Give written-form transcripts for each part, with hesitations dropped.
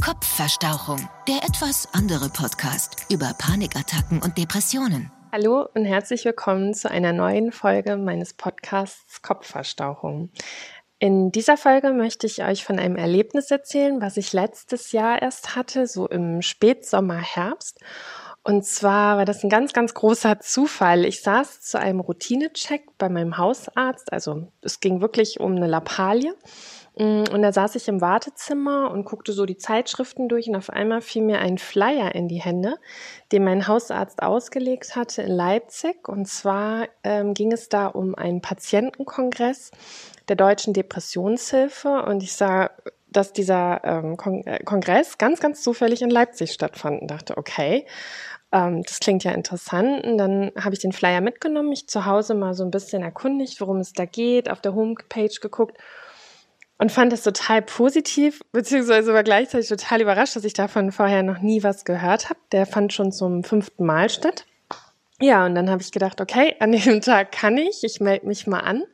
Kopfverstauchung, der etwas andere Podcast über Panikattacken und Depressionen. Hallo und herzlich willkommen zu einer neuen Folge meines Podcasts Kopfverstauchung. In dieser Folge möchte ich euch von einem Erlebnis erzählen, was ich letztes Jahr erst hatte, so im Spätsommer, Herbst. Und zwar war das ein ganz, ganz großer Zufall. Ich saß zu einem Routinecheck bei meinem Hausarzt, also es ging wirklich um eine Lappalie. Und da saß ich im Wartezimmer und guckte so die Zeitschriften durch und auf einmal fiel mir ein Flyer in die Hände, den mein Hausarzt ausgelegt hatte in Leipzig. Und zwar ging es da um einen Patientenkongress der Deutschen Depressionshilfe und ich sah, dass dieser Kongress ganz, ganz zufällig in Leipzig stattfand und dachte, okay, das klingt ja interessant. Und dann habe ich den Flyer mitgenommen, mich zu Hause mal so ein bisschen erkundigt, worum es da geht, auf der Homepage geguckt. Und fand das total positiv, beziehungsweise war gleichzeitig total überrascht, dass ich davon vorher noch nie was gehört habe. Der fand schon zum 5. Mal statt. Ja, und dann habe ich gedacht, okay, an dem Tag kann ich melde mich mal an.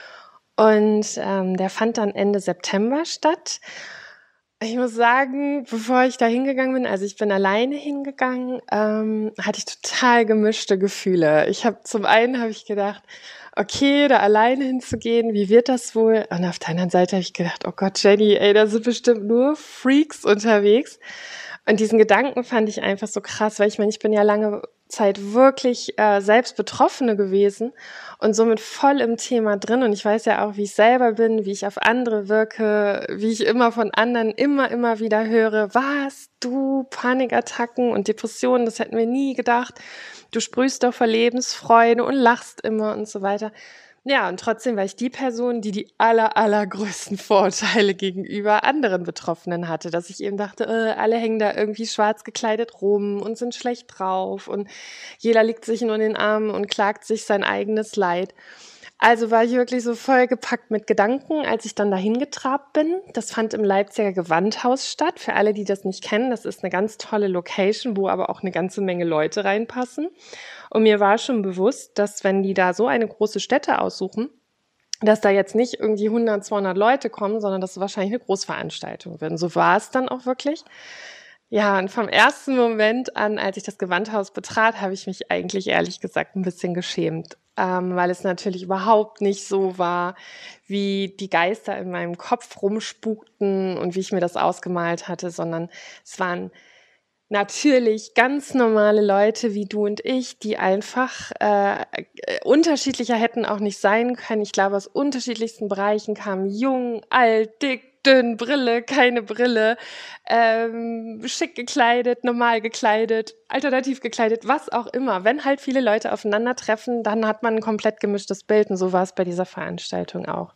Und der fand dann Ende September statt. Ich muss sagen, bevor ich da hingegangen bin, also ich bin alleine hingegangen, hatte ich total gemischte Gefühle. Zum einen habe ich gedacht, okay, da alleine hinzugehen, wie wird das wohl? Und auf der anderen Seite habe ich gedacht, oh Gott, Jenny, ey, da sind bestimmt nur Freaks unterwegs. Und diesen Gedanken fand ich einfach so krass, weil ich bin ja lange Zeit wirklich selbst Betroffene gewesen und somit voll im Thema drin. Und ich weiß ja auch, wie ich selber bin, wie ich auf andere wirke, wie ich immer von anderen immer wieder höre, was, du, Panikattacken und Depressionen, das hätten wir nie gedacht. Du sprühst doch vor Lebensfreude und lachst immer und so weiter. Ja, und trotzdem war ich die Person, die die allergrößten Vorurteile gegenüber anderen Betroffenen hatte, dass ich eben dachte, alle hängen da irgendwie schwarz gekleidet rum und sind schlecht drauf und jeder liegt sich nur in den Armen und klagt sich sein eigenes Leid. Also war ich wirklich so vollgepackt mit Gedanken, als ich dann dahin getrabt bin. Das fand im Leipziger Gewandhaus statt. Für alle, die das nicht kennen, das ist eine ganz tolle Location, wo aber auch eine ganze Menge Leute reinpassen. Und mir war schon bewusst, dass wenn die da so eine große Stätte aussuchen, dass da jetzt nicht irgendwie 100, 200 Leute kommen, sondern dass es wahrscheinlich eine Großveranstaltung wird. Und so war es dann auch wirklich. Ja, und vom ersten Moment an, als ich das Gewandhaus betrat, habe ich mich eigentlich ehrlich gesagt ein bisschen geschämt, weil es natürlich überhaupt nicht so war, wie die Geister in meinem Kopf rumspukten und wie ich mir das ausgemalt hatte, sondern es waren natürlich ganz normale Leute wie du und ich, die einfach unterschiedlicher hätten auch nicht sein können. Ich glaube, aus unterschiedlichsten Bereichen kamen jung, alt, dick, dünn, Brille, keine Brille, schick gekleidet, normal gekleidet, alternativ gekleidet, was auch immer. Wenn halt viele Leute aufeinandertreffen, dann hat man ein komplett gemischtes Bild und so war es bei dieser Veranstaltung auch.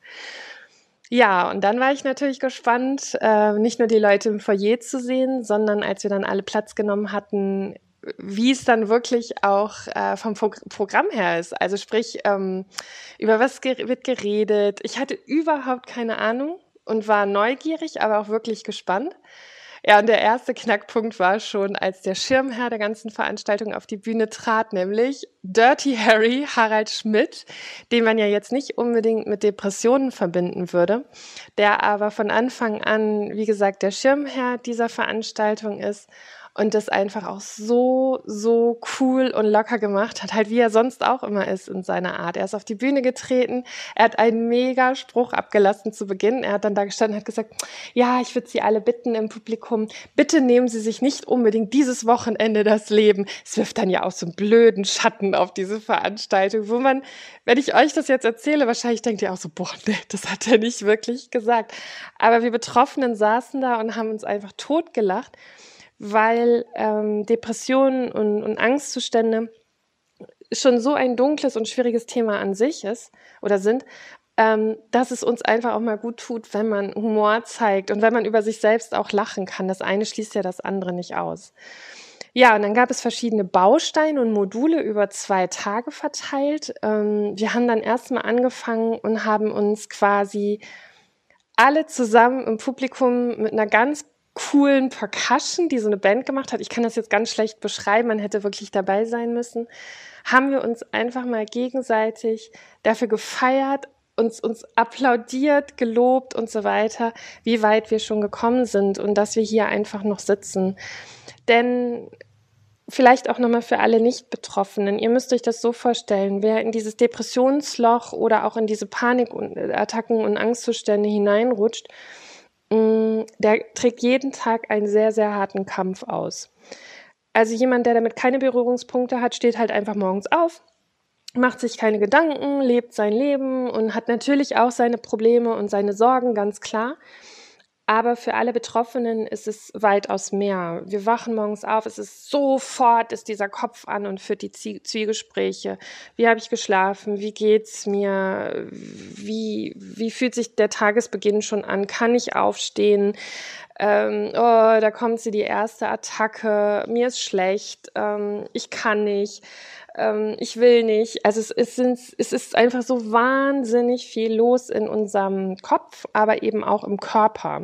Ja, und dann war ich natürlich gespannt, nicht nur die Leute im Foyer zu sehen, sondern als wir dann alle Platz genommen hatten, wie es dann wirklich auch vom Programm her ist. Also sprich, über was wird geredet. Ich hatte überhaupt keine Ahnung und war neugierig, aber auch wirklich gespannt. Ja, und der erste Knackpunkt war schon, als der Schirmherr der ganzen Veranstaltung auf die Bühne trat, nämlich Dirty Harry, Harald Schmidt, den man ja jetzt nicht unbedingt mit Depressionen verbinden würde, der aber von Anfang an, wie gesagt, der Schirmherr dieser Veranstaltung ist und das einfach auch so cool und locker gemacht hat, halt wie er sonst auch immer ist in seiner Art. Er ist auf die Bühne getreten, er hat einen mega Spruch abgelassen zu Beginn. Er hat dann da gestanden und hat gesagt, ja, ich würde Sie alle bitten im Publikum, bitte nehmen Sie sich nicht unbedingt dieses Wochenende das Leben. Es wirft dann ja auch so einen blöden Schatten auf diese Veranstaltung, wo man, wenn ich euch das jetzt erzähle, wahrscheinlich denkt ihr auch so, boah, nee, das hat er nicht wirklich gesagt. Aber wir Betroffenen saßen da und haben uns einfach totgelacht, weil Depressionen und Angstzustände schon so ein dunkles und schwieriges Thema an sich ist oder sind, dass es uns einfach auch mal gut tut, wenn man Humor zeigt und wenn man über sich selbst auch lachen kann. Das eine schließt ja das andere nicht aus. Ja, und dann gab es verschiedene Bausteine und Module über 2 Tage verteilt. Wir haben dann erstmal angefangen und haben uns quasi alle zusammen im Publikum mit einer ganz coolen Percussion, die so eine Band gemacht hat, ich kann das jetzt ganz schlecht beschreiben, man hätte wirklich dabei sein müssen, haben wir uns einfach mal gegenseitig dafür gefeiert, uns applaudiert, gelobt und so weiter, wie weit wir schon gekommen sind und dass wir hier einfach noch sitzen. Denn vielleicht auch nochmal für alle Nicht-Betroffenen. Ihr müsst euch das so vorstellen, wer in dieses Depressionsloch oder auch in diese Panikattacken und Angstzustände hineinrutscht, der trägt jeden Tag einen sehr, sehr harten Kampf aus. Also jemand, der damit keine Berührungspunkte hat, steht halt einfach morgens auf, macht sich keine Gedanken, lebt sein Leben und hat natürlich auch seine Probleme und seine Sorgen, ganz klar. Aber für alle Betroffenen ist es weitaus mehr. Wir wachen morgens auf, es ist sofort, ist dieser Kopf an und führt die Zwiegespräche. Wie habe ich geschlafen? Wie geht's mir? Wie fühlt sich der Tagesbeginn schon an? Kann ich aufstehen? Da kommt sie, die erste Attacke. Mir ist schlecht. Ich kann nicht. Ich will nicht. Also es ist einfach so wahnsinnig viel los in unserem Kopf, aber eben auch im Körper.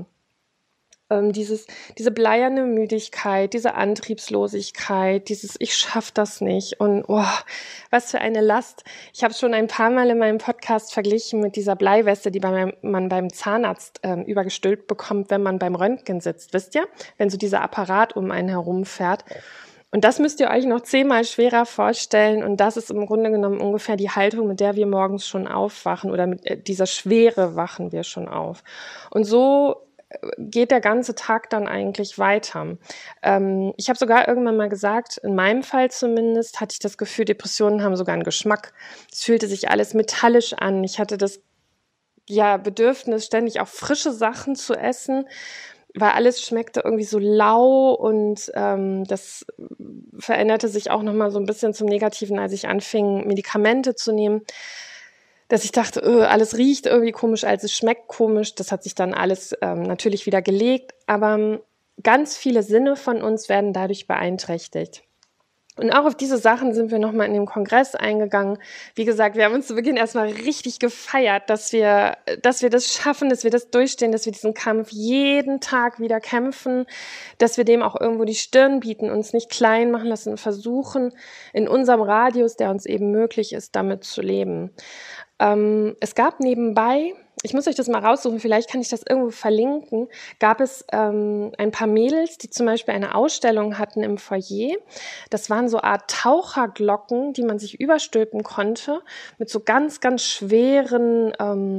Diese bleierne Müdigkeit, diese Antriebslosigkeit, ich schaff das nicht und was für eine Last. Ich habe es schon ein paar Mal in meinem Podcast verglichen mit dieser Bleiweste, die man beim Zahnarzt übergestülpt bekommt, wenn man beim Röntgen sitzt, wisst ihr? Wenn so dieser Apparat um einen herumfährt. Und das müsst ihr euch noch 10-mal schwerer vorstellen und das ist im Grunde genommen ungefähr die Haltung, mit der wir morgens schon aufwachen oder mit dieser Schwere wachen wir schon auf. Und so geht der ganze Tag dann eigentlich weiter. Ich habe sogar irgendwann mal gesagt, in meinem Fall zumindest, hatte ich das Gefühl, Depressionen haben sogar einen Geschmack. Es fühlte sich alles metallisch an. Ich hatte das Bedürfnis, ständig auch frische Sachen zu essen, weil alles schmeckte irgendwie so lau und das veränderte sich auch nochmal so ein bisschen zum Negativen, als ich anfing, Medikamente zu nehmen, dass ich dachte, alles riecht irgendwie komisch, als es schmeckt komisch. Das hat sich dann alles natürlich wieder gelegt, aber ganz viele Sinne von uns werden dadurch beeinträchtigt. Und auch auf diese Sachen sind wir nochmal in dem Kongress eingegangen. Wie gesagt, wir haben uns zu Beginn erstmal richtig gefeiert, dass wir das schaffen, dass wir das durchstehen, dass wir diesen Kampf jeden Tag wieder kämpfen, dass wir dem auch irgendwo die Stirn bieten, uns nicht klein machen lassen und versuchen, in unserem Radius, der uns eben möglich ist, damit zu leben. Es gab nebenbei, ich muss euch das mal raussuchen, vielleicht kann ich das irgendwo verlinken, gab es ein paar Mädels, die zum Beispiel eine Ausstellung hatten im Foyer. Das waren so Art Taucherglocken, die man sich überstülpen konnte, mit so ganz, ganz schweren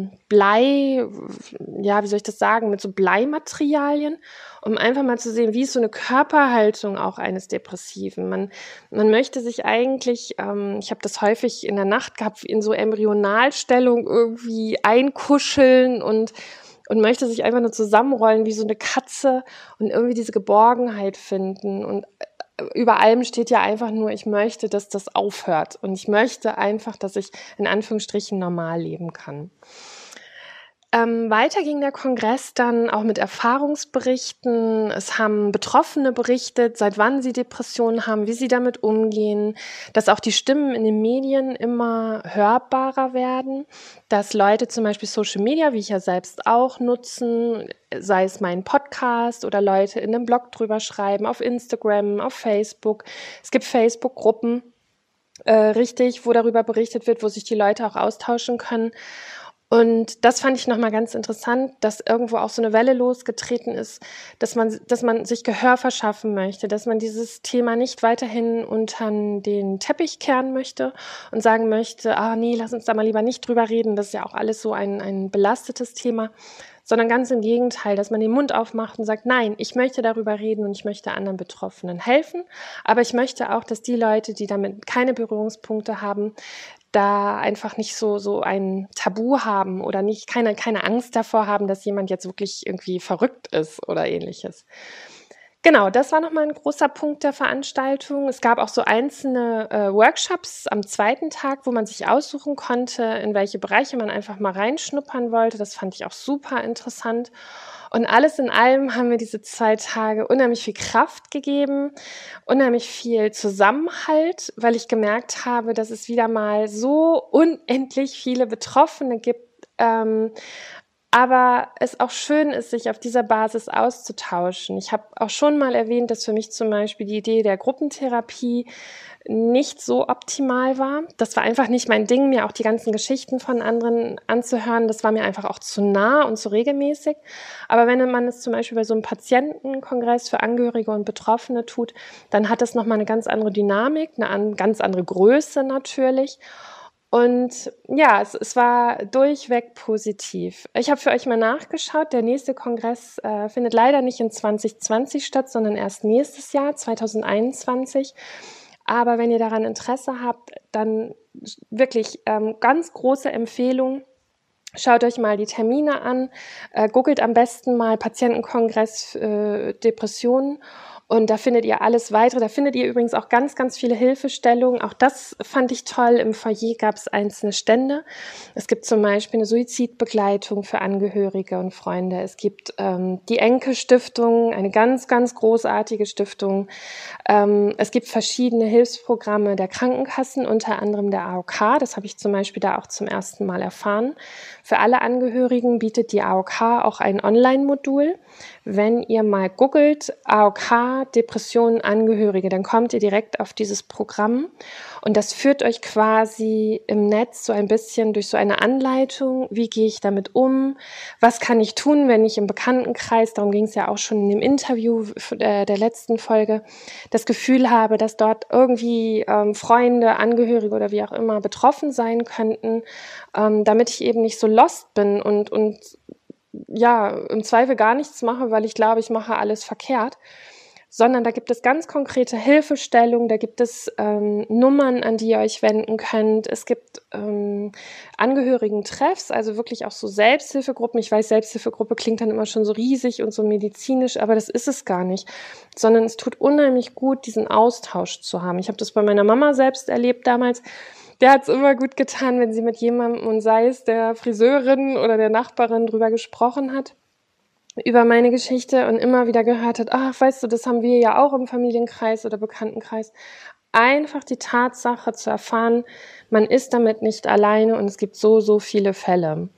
mit so Bleimaterialien, um einfach mal zu sehen, wie ist so eine Körperhaltung auch eines Depressiven. Man möchte sich eigentlich, ich habe das häufig in der Nacht gehabt, in so Embryonalstellung irgendwie einkuscheln und möchte sich einfach nur zusammenrollen wie so eine Katze und irgendwie diese Geborgenheit finden. Und über allem steht ja einfach nur, ich möchte, dass das aufhört. Und ich möchte einfach, dass ich in Anführungsstrichen normal leben kann. Weiter ging der Kongress dann auch mit Erfahrungsberichten. Es haben Betroffene berichtet, seit wann sie Depressionen haben, wie sie damit umgehen, dass auch die Stimmen in den Medien immer hörbarer werden, dass Leute zum Beispiel Social Media, wie ich ja selbst auch, nutzen, sei es mein Podcast oder Leute in einem Blog drüber schreiben, auf Instagram, auf Facebook. Es gibt Facebook-Gruppen, wo darüber berichtet wird, wo sich die Leute auch austauschen können. Und das fand ich nochmal ganz interessant, dass irgendwo auch so eine Welle losgetreten ist, dass man sich Gehör verschaffen möchte, dass man dieses Thema nicht weiterhin unter den Teppich kehren möchte und sagen möchte, nee, lass uns da mal lieber nicht drüber reden, das ist ja auch alles so ein belastetes Thema, sondern ganz im Gegenteil, dass man den Mund aufmacht und sagt, nein, ich möchte darüber reden und ich möchte anderen Betroffenen helfen, aber ich möchte auch, dass die Leute, die damit keine Berührungspunkte haben, da einfach nicht so ein Tabu haben oder keine Angst davor haben, dass jemand jetzt wirklich irgendwie verrückt ist oder ähnliches. Genau, das war nochmal ein großer Punkt der Veranstaltung. Es gab auch so einzelne Workshops am zweiten Tag, wo man sich aussuchen konnte, in welche Bereiche man einfach mal reinschnuppern wollte. Das fand ich auch super interessant. Und alles in allem haben mir diese 2 Tage unheimlich viel Kraft gegeben, unheimlich viel Zusammenhalt, weil ich gemerkt habe, dass es wieder mal so unendlich viele Betroffene gibt, aber es auch schön ist, sich auf dieser Basis auszutauschen. Ich habe auch schon mal erwähnt, dass für mich zum Beispiel die Idee der Gruppentherapie nicht so optimal war. Das war einfach nicht mein Ding, mir auch die ganzen Geschichten von anderen anzuhören. Das war mir einfach auch zu nah und zu regelmäßig. Aber wenn man es zum Beispiel bei so einem Patientenkongress für Angehörige und Betroffene tut, dann hat das nochmal eine ganz andere Dynamik, eine ganz andere Größe natürlich. Und ja, es war durchweg positiv. Ich habe für euch mal nachgeschaut. Der nächste Kongress findet leider nicht in 2020 statt, sondern erst nächstes Jahr, 2021. Aber wenn ihr daran Interesse habt, dann wirklich ganz große Empfehlung. Schaut euch mal die Termine an, googelt am besten mal Patientenkongress Depressionen und da findet ihr alles weitere. Da findet ihr übrigens auch ganz, ganz viele Hilfestellungen. Auch das fand ich toll. Im Foyer gab es einzelne Stände. Es gibt zum Beispiel eine Suizidbegleitung für Angehörige und Freunde. Es gibt die Enke-Stiftung, eine ganz, ganz großartige Stiftung. Es gibt verschiedene Hilfsprogramme der Krankenkassen, unter anderem der AOK. Das habe ich zum Beispiel da auch zum ersten Mal erfahren. Für alle Angehörigen bietet die AOK auch ein Online-Modul. Wenn ihr mal googelt, AOK, Depressionen, Angehörige, dann kommt ihr direkt auf dieses Programm und das führt euch quasi im Netz so ein bisschen durch so eine Anleitung, wie gehe ich damit um, was kann ich tun, wenn ich im Bekanntenkreis, darum ging es ja auch schon in dem Interview der letzten Folge, das Gefühl habe, dass dort irgendwie Freunde, Angehörige oder wie auch immer betroffen sein könnten, damit ich eben nicht so lost bin und ja, im Zweifel gar nichts mache, weil ich glaube, ich mache alles verkehrt, sondern da gibt es ganz konkrete Hilfestellungen, da gibt es Nummern, an die ihr euch wenden könnt. Es gibt Angehörigen-Treffs, also wirklich auch so Selbsthilfegruppen. Ich weiß, Selbsthilfegruppe klingt dann immer schon so riesig und so medizinisch, aber das ist es gar nicht, sondern es tut unheimlich gut, diesen Austausch zu haben. Ich habe das bei meiner Mama selbst erlebt damals. Der hat es immer gut getan, wenn sie mit jemandem, und sei es der Friseurin oder der Nachbarin, drüber gesprochen hat, über meine Geschichte und immer wieder gehört hat, ach, weißt du, das haben wir ja auch im Familienkreis oder Bekanntenkreis. Einfach die Tatsache zu erfahren, man ist damit nicht alleine und es gibt so, so viele Fälle.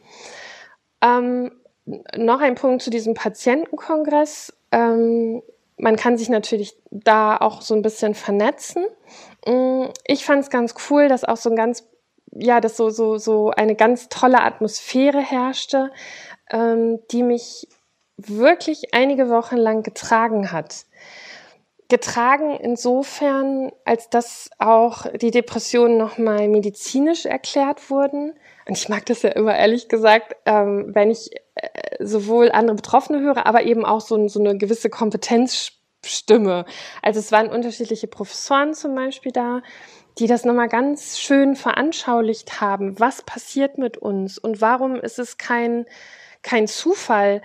Noch ein Punkt zu diesem Patientenkongress. Man kann sich natürlich da auch so ein bisschen vernetzen. Ich fand es ganz cool, dass auch so ein ganz, ja, dass so eine ganz tolle Atmosphäre herrschte, die mich wirklich einige Wochen lang getragen hat. Getragen insofern, als dass auch die Depressionen nochmal medizinisch erklärt wurden. Und ich mag das ja immer, ehrlich gesagt, wenn ich sowohl andere Betroffene höre, aber eben auch so eine gewisse Kompetenzstimme. Also es waren unterschiedliche Professoren zum Beispiel da, die das nochmal ganz schön veranschaulicht haben. Was passiert mit uns und warum ist es kein Zufall,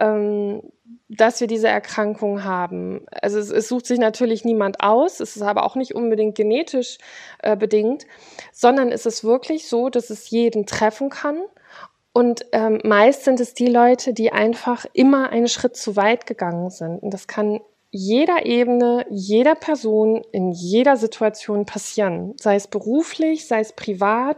dass wir diese Erkrankung haben. Also es sucht sich natürlich niemand aus, es ist aber auch nicht unbedingt genetisch bedingt, sondern es ist wirklich so, dass es jeden treffen kann. Und meist sind es die Leute, die einfach immer einen Schritt zu weit gegangen sind. Und das kann jeder Ebene, jeder Person, in jeder Situation passieren. Sei es beruflich, sei es privat.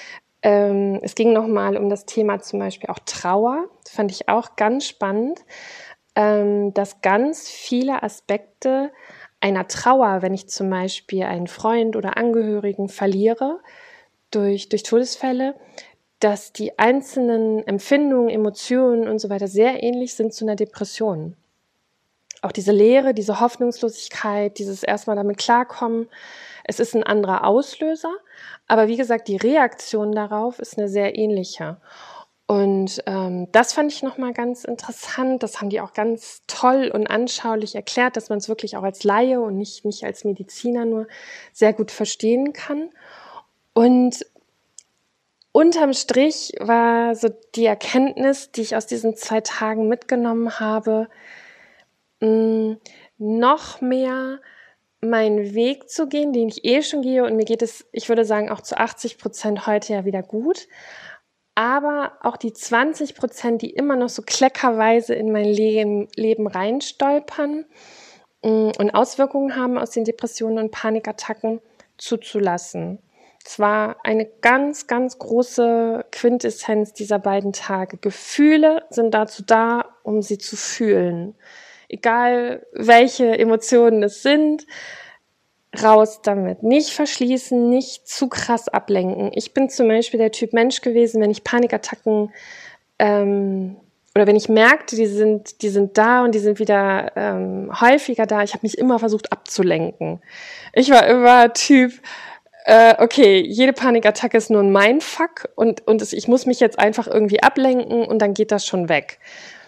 Es ging nochmal um das Thema zum Beispiel auch Trauer. Das fand ich auch ganz spannend, dass ganz viele Aspekte einer Trauer, wenn ich zum Beispiel einen Freund oder Angehörigen verliere durch Todesfälle, dass die einzelnen Empfindungen, Emotionen und so weiter sehr ähnlich sind zu einer Depression. Auch diese Leere, diese Hoffnungslosigkeit, dieses erstmal damit klarkommen, es ist ein anderer Auslöser, aber wie gesagt, die Reaktion darauf ist eine sehr ähnliche. Und das fand ich nochmal ganz interessant. Das haben die auch ganz toll und anschaulich erklärt, dass man es wirklich auch als Laie und nicht als Mediziner nur sehr gut verstehen kann. Und unterm Strich war so die Erkenntnis, die ich aus diesen 2 Tagen mitgenommen habe, noch mehr meinen Weg zu gehen, den ich schon gehe, und mir geht es, ich würde sagen, auch zu 80% heute ja wieder gut, aber auch die 20%, die immer noch so kleckerweise in mein Leben reinstolpern und Auswirkungen haben aus den Depressionen und Panikattacken, zuzulassen. Es war eine ganz, ganz große Quintessenz dieser beiden Tage. Gefühle sind dazu da, um sie zu fühlen. Egal, welche Emotionen es sind, raus damit. Nicht verschließen, nicht zu krass ablenken. Ich bin zum Beispiel der Typ Mensch gewesen, wenn ich Panikattacken oder wenn ich merkte, die sind da und die sind wieder häufiger da, ich habe mich immer versucht abzulenken. Ich war immer Typ, okay, jede Panikattacke ist nur ein Mindfuck und ich muss mich jetzt einfach irgendwie ablenken und dann geht das schon weg.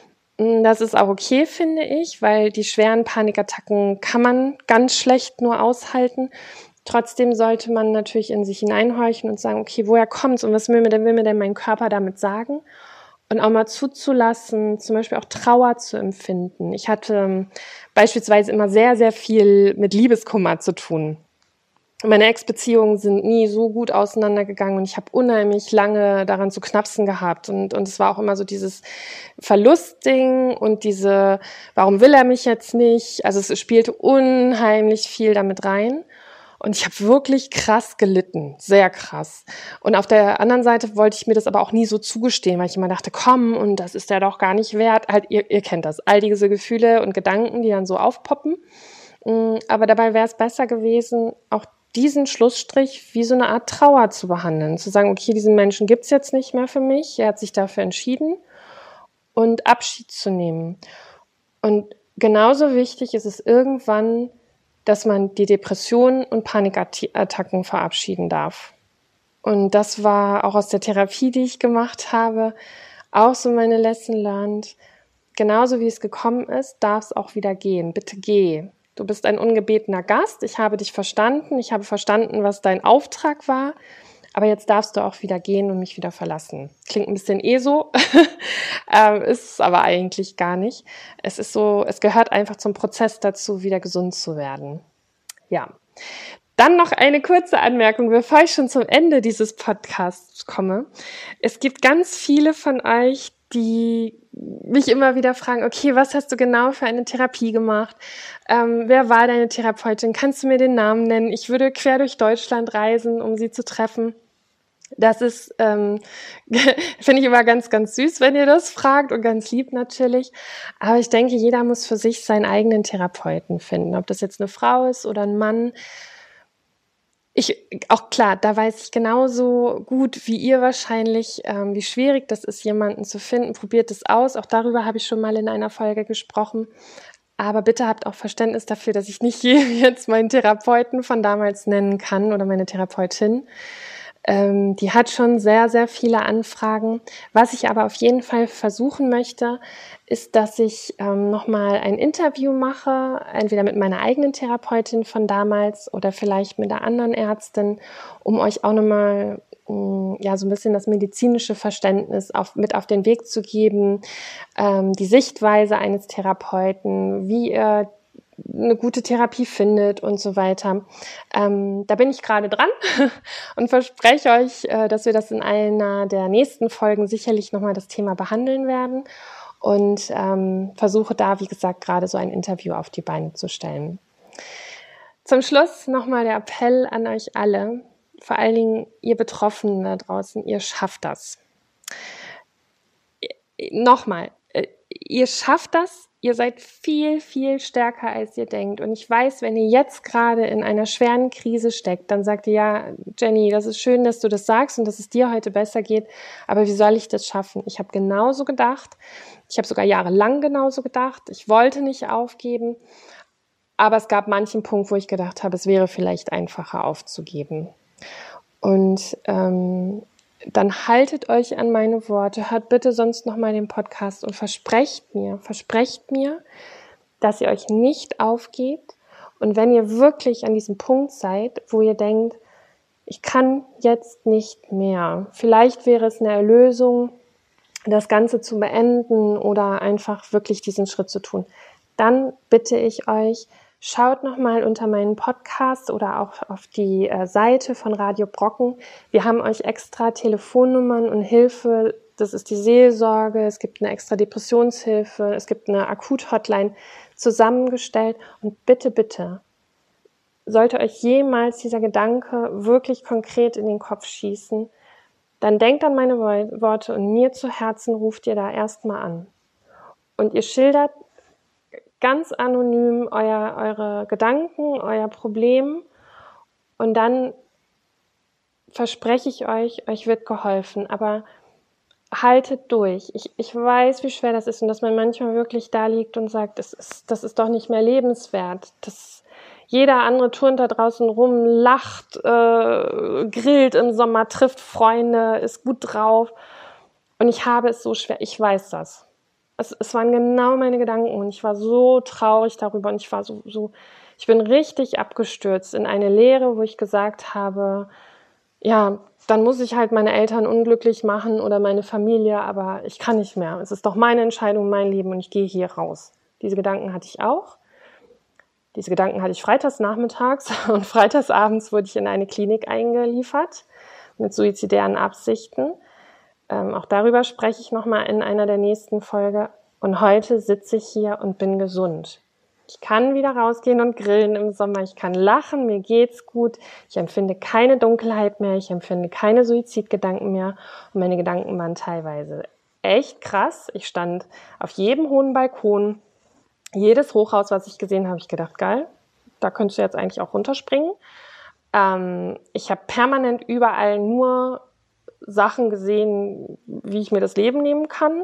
Das ist auch okay, finde ich, weil die schweren Panikattacken kann man ganz schlecht nur aushalten. Trotzdem sollte man natürlich in sich hineinhorchen und sagen, okay, woher kommt's und was will mir denn mein Körper damit sagen? Und auch mal zuzulassen, zum Beispiel auch Trauer zu empfinden. Ich hatte beispielsweise immer sehr, sehr viel mit Liebeskummer zu tun. Meine Ex-Beziehungen sind nie so gut auseinandergegangen und ich habe unheimlich lange daran zu knapsen gehabt. Und es war auch immer so dieses Verlustding und diese, warum will er mich jetzt nicht? Also es spielte unheimlich viel damit rein. Und ich habe wirklich krass gelitten, sehr krass. Und auf der anderen Seite wollte ich mir das aber auch nie so zugestehen, weil ich immer dachte, komm, und das ist ja doch gar nicht wert. Halt, ihr kennt das, all diese Gefühle und Gedanken, die dann so aufpoppen. Aber dabei wäre es besser gewesen, auch diesen Schlussstrich wie so eine Art Trauer zu behandeln. Zu sagen, okay, diesen Menschen gibt's jetzt nicht mehr für mich. Er hat sich dafür entschieden. Und Abschied zu nehmen. Und genauso wichtig ist es irgendwann, dass man die Depressionen und Panikattacken verabschieden darf. Und das war auch aus der Therapie, die ich gemacht habe, auch so meine Lesson learned. Genauso wie es gekommen ist, darf es auch wieder gehen. Bitte geh. Du bist ein ungebetener Gast. Ich habe dich verstanden. Ich habe verstanden, was dein Auftrag war. Aber jetzt darfst du auch wieder gehen und mich wieder verlassen. Klingt ein bisschen so, ist es aber eigentlich gar nicht. Es ist so, es gehört einfach zum Prozess dazu, wieder gesund zu werden. Ja. Dann noch eine kurze Anmerkung, bevor ich schon zum Ende dieses Podcasts komme. Es gibt ganz viele von euch, die mich immer wieder fragen, okay, was hast du genau für eine Therapie gemacht? Wer war deine Therapeutin? Kannst du mir den Namen nennen? Ich würde quer durch Deutschland reisen, um sie zu treffen. Das ist, finde ich immer ganz, ganz süß, wenn ihr das fragt und ganz lieb natürlich. Aber ich denke, jeder muss für sich seinen eigenen Therapeuten finden. Ob das jetzt eine Frau ist oder ein Mann. Auch klar, da weiß ich genauso gut wie ihr wahrscheinlich, wie schwierig das ist, jemanden zu finden. Probiert es aus. Auch darüber habe ich schon mal in einer Folge gesprochen. Aber bitte habt auch Verständnis dafür, dass ich nicht jetzt meinen Therapeuten von damals nennen kann oder meine Therapeutin. Die hat schon sehr, sehr viele Anfragen. Was ich aber auf jeden Fall versuchen möchte, ist, dass ich nochmal ein Interview mache, entweder mit meiner eigenen Therapeutin von damals oder vielleicht mit einer anderen Ärztin, um euch auch nochmal so ein bisschen das medizinische Verständnis mit auf den Weg zu geben, die Sichtweise eines Therapeuten, wie ihr eine gute Therapie findet und so weiter. Da bin ich gerade dran und verspreche euch, dass wir das in einer der nächsten Folgen sicherlich nochmal das Thema behandeln werden und versuche da, wie gesagt, gerade so ein Interview auf die Beine zu stellen. Zum Schluss nochmal der Appell an euch alle, vor allen Dingen ihr Betroffenen da draußen, ihr schafft das. Nochmal, ihr schafft das. Ihr seid viel, viel stärker, als ihr denkt. Und ich weiß, wenn ihr jetzt gerade in einer schweren Krise steckt, dann sagt ihr, ja, Jenny, das ist schön, dass du das sagst und dass es dir heute besser geht. Aber wie soll ich das schaffen? Ich habe genauso gedacht. Ich habe sogar jahrelang genauso gedacht. Ich wollte nicht aufgeben. Aber es gab manchen Punkt, wo ich gedacht habe, es wäre vielleicht einfacher aufzugeben. Und dann haltet euch an meine Worte, hört bitte sonst nochmal den Podcast und versprecht mir, dass ihr euch nicht aufgebt. Und wenn ihr wirklich an diesem Punkt seid, wo ihr denkt, ich kann jetzt nicht mehr, vielleicht wäre es eine Erlösung, das Ganze zu beenden oder einfach wirklich diesen Schritt zu tun, dann bitte ich euch, schaut nochmal unter meinen Podcast oder auch auf die Seite von Radio Brocken. Wir haben euch extra Telefonnummern und Hilfe. Das ist die Seelsorge. Es gibt eine extra Depressionshilfe. Es gibt eine Akut-Hotline zusammengestellt. Und bitte, bitte, sollte euch jemals dieser Gedanke wirklich konkret in den Kopf schießen, dann denkt an meine Worte und mir zu Herzen ruft ihr da erstmal an. Und ihr schildert ganz anonym eure Gedanken, euer Problem und dann verspreche ich euch wird geholfen, aber haltet durch. Ich weiß, wie schwer das ist und dass man manchmal wirklich da liegt und sagt, das ist doch nicht mehr lebenswert. Jeder andere turnt da draußen rum, lacht, grillt im Sommer, trifft Freunde, ist gut drauf. Und ich habe es so schwer. Ich weiß das. Es waren genau meine Gedanken und ich war so traurig darüber und ich war ich bin richtig abgestürzt in eine Leere, wo ich gesagt habe, ja, dann muss ich halt meine Eltern unglücklich machen oder meine Familie, aber ich kann nicht mehr. Es ist doch meine Entscheidung, mein Leben und ich gehe hier raus. Diese Gedanken hatte ich auch. Diese Gedanken hatte ich freitags nachmittags und freitagsabends wurde ich in eine Klinik eingeliefert mit suizidären Absichten. Auch darüber spreche ich nochmal in einer der nächsten Folgen. Und heute sitze ich hier und bin gesund. Ich kann wieder rausgehen und grillen im Sommer. Ich kann lachen, mir geht's gut. Ich empfinde keine Dunkelheit mehr. Ich empfinde keine Suizidgedanken mehr. Und meine Gedanken waren teilweise echt krass. Ich stand auf jedem hohen Balkon. Jedes Hochhaus, was ich gesehen habe, ich gedacht, geil, da könntest du jetzt eigentlich auch runterspringen. Ich habe permanent überall nur Sachen gesehen, wie ich mir das Leben nehmen kann.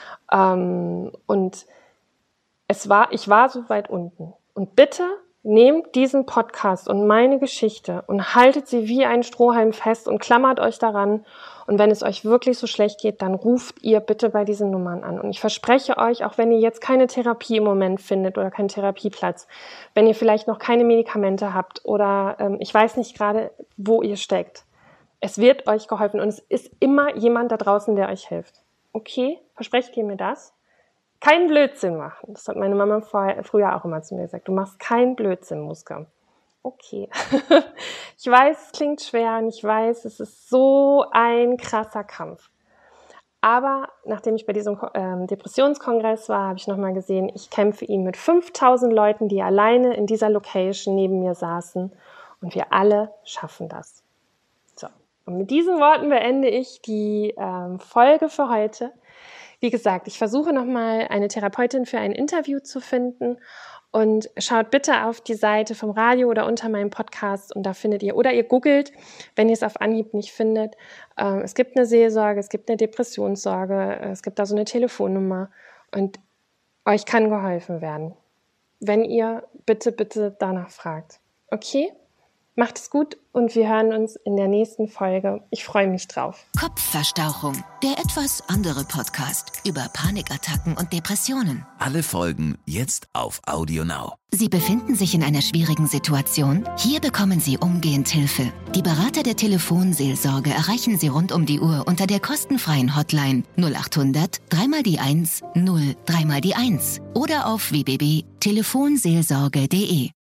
Und ich war so weit unten. Und bitte nehmt diesen Podcast und meine Geschichte und haltet sie wie ein Strohhalm fest und klammert euch daran. Und wenn es euch wirklich so schlecht geht, dann ruft ihr bitte bei diesen Nummern an. Und ich verspreche euch, auch wenn ihr jetzt keine Therapie im Moment findet oder keinen Therapieplatz, wenn ihr vielleicht noch keine Medikamente habt oder ich weiß nicht gerade, wo ihr steckt, es wird euch geholfen und es ist immer jemand da draußen, der euch hilft. Okay? Versprecht ihr mir das? Keinen Blödsinn machen. Das hat meine Mama früher auch immer zu mir gesagt. Du machst keinen Blödsinn, Muska. Okay. Ich weiß, es klingt schwer und ich weiß, es ist so ein krasser Kampf. Aber nachdem ich bei diesem Depressionskongress war, habe ich nochmal gesehen, ich kämpfe ihn mit 5000 Leuten, die alleine in dieser Location neben mir saßen. Und wir alle schaffen das. So. Und mit diesen Worten beende ich die Folge für heute. Wie gesagt, ich versuche nochmal eine Therapeutin für ein Interview zu finden und schaut bitte auf die Seite vom Radio oder unter meinem Podcast und da findet ihr, oder ihr googelt, wenn ihr es auf Anhieb nicht findet. Es gibt eine Seelsorge, es gibt eine Depressionssorge, es gibt da so eine Telefonnummer und euch kann geholfen werden, wenn ihr bitte danach fragt. Okay? Macht es gut und wir hören uns in der nächsten Folge. Ich freue mich drauf. Kopfverstauchung, der etwas andere Podcast über Panikattacken und Depressionen. Alle Folgen jetzt auf Audio Now. Sie befinden sich in einer schwierigen Situation? Hier bekommen Sie umgehend Hilfe. Die Berater der Telefonseelsorge erreichen Sie rund um die Uhr unter der kostenfreien Hotline 0800 3 die 1 0 3 die 1 oder auf www.telefonseelsorge.de.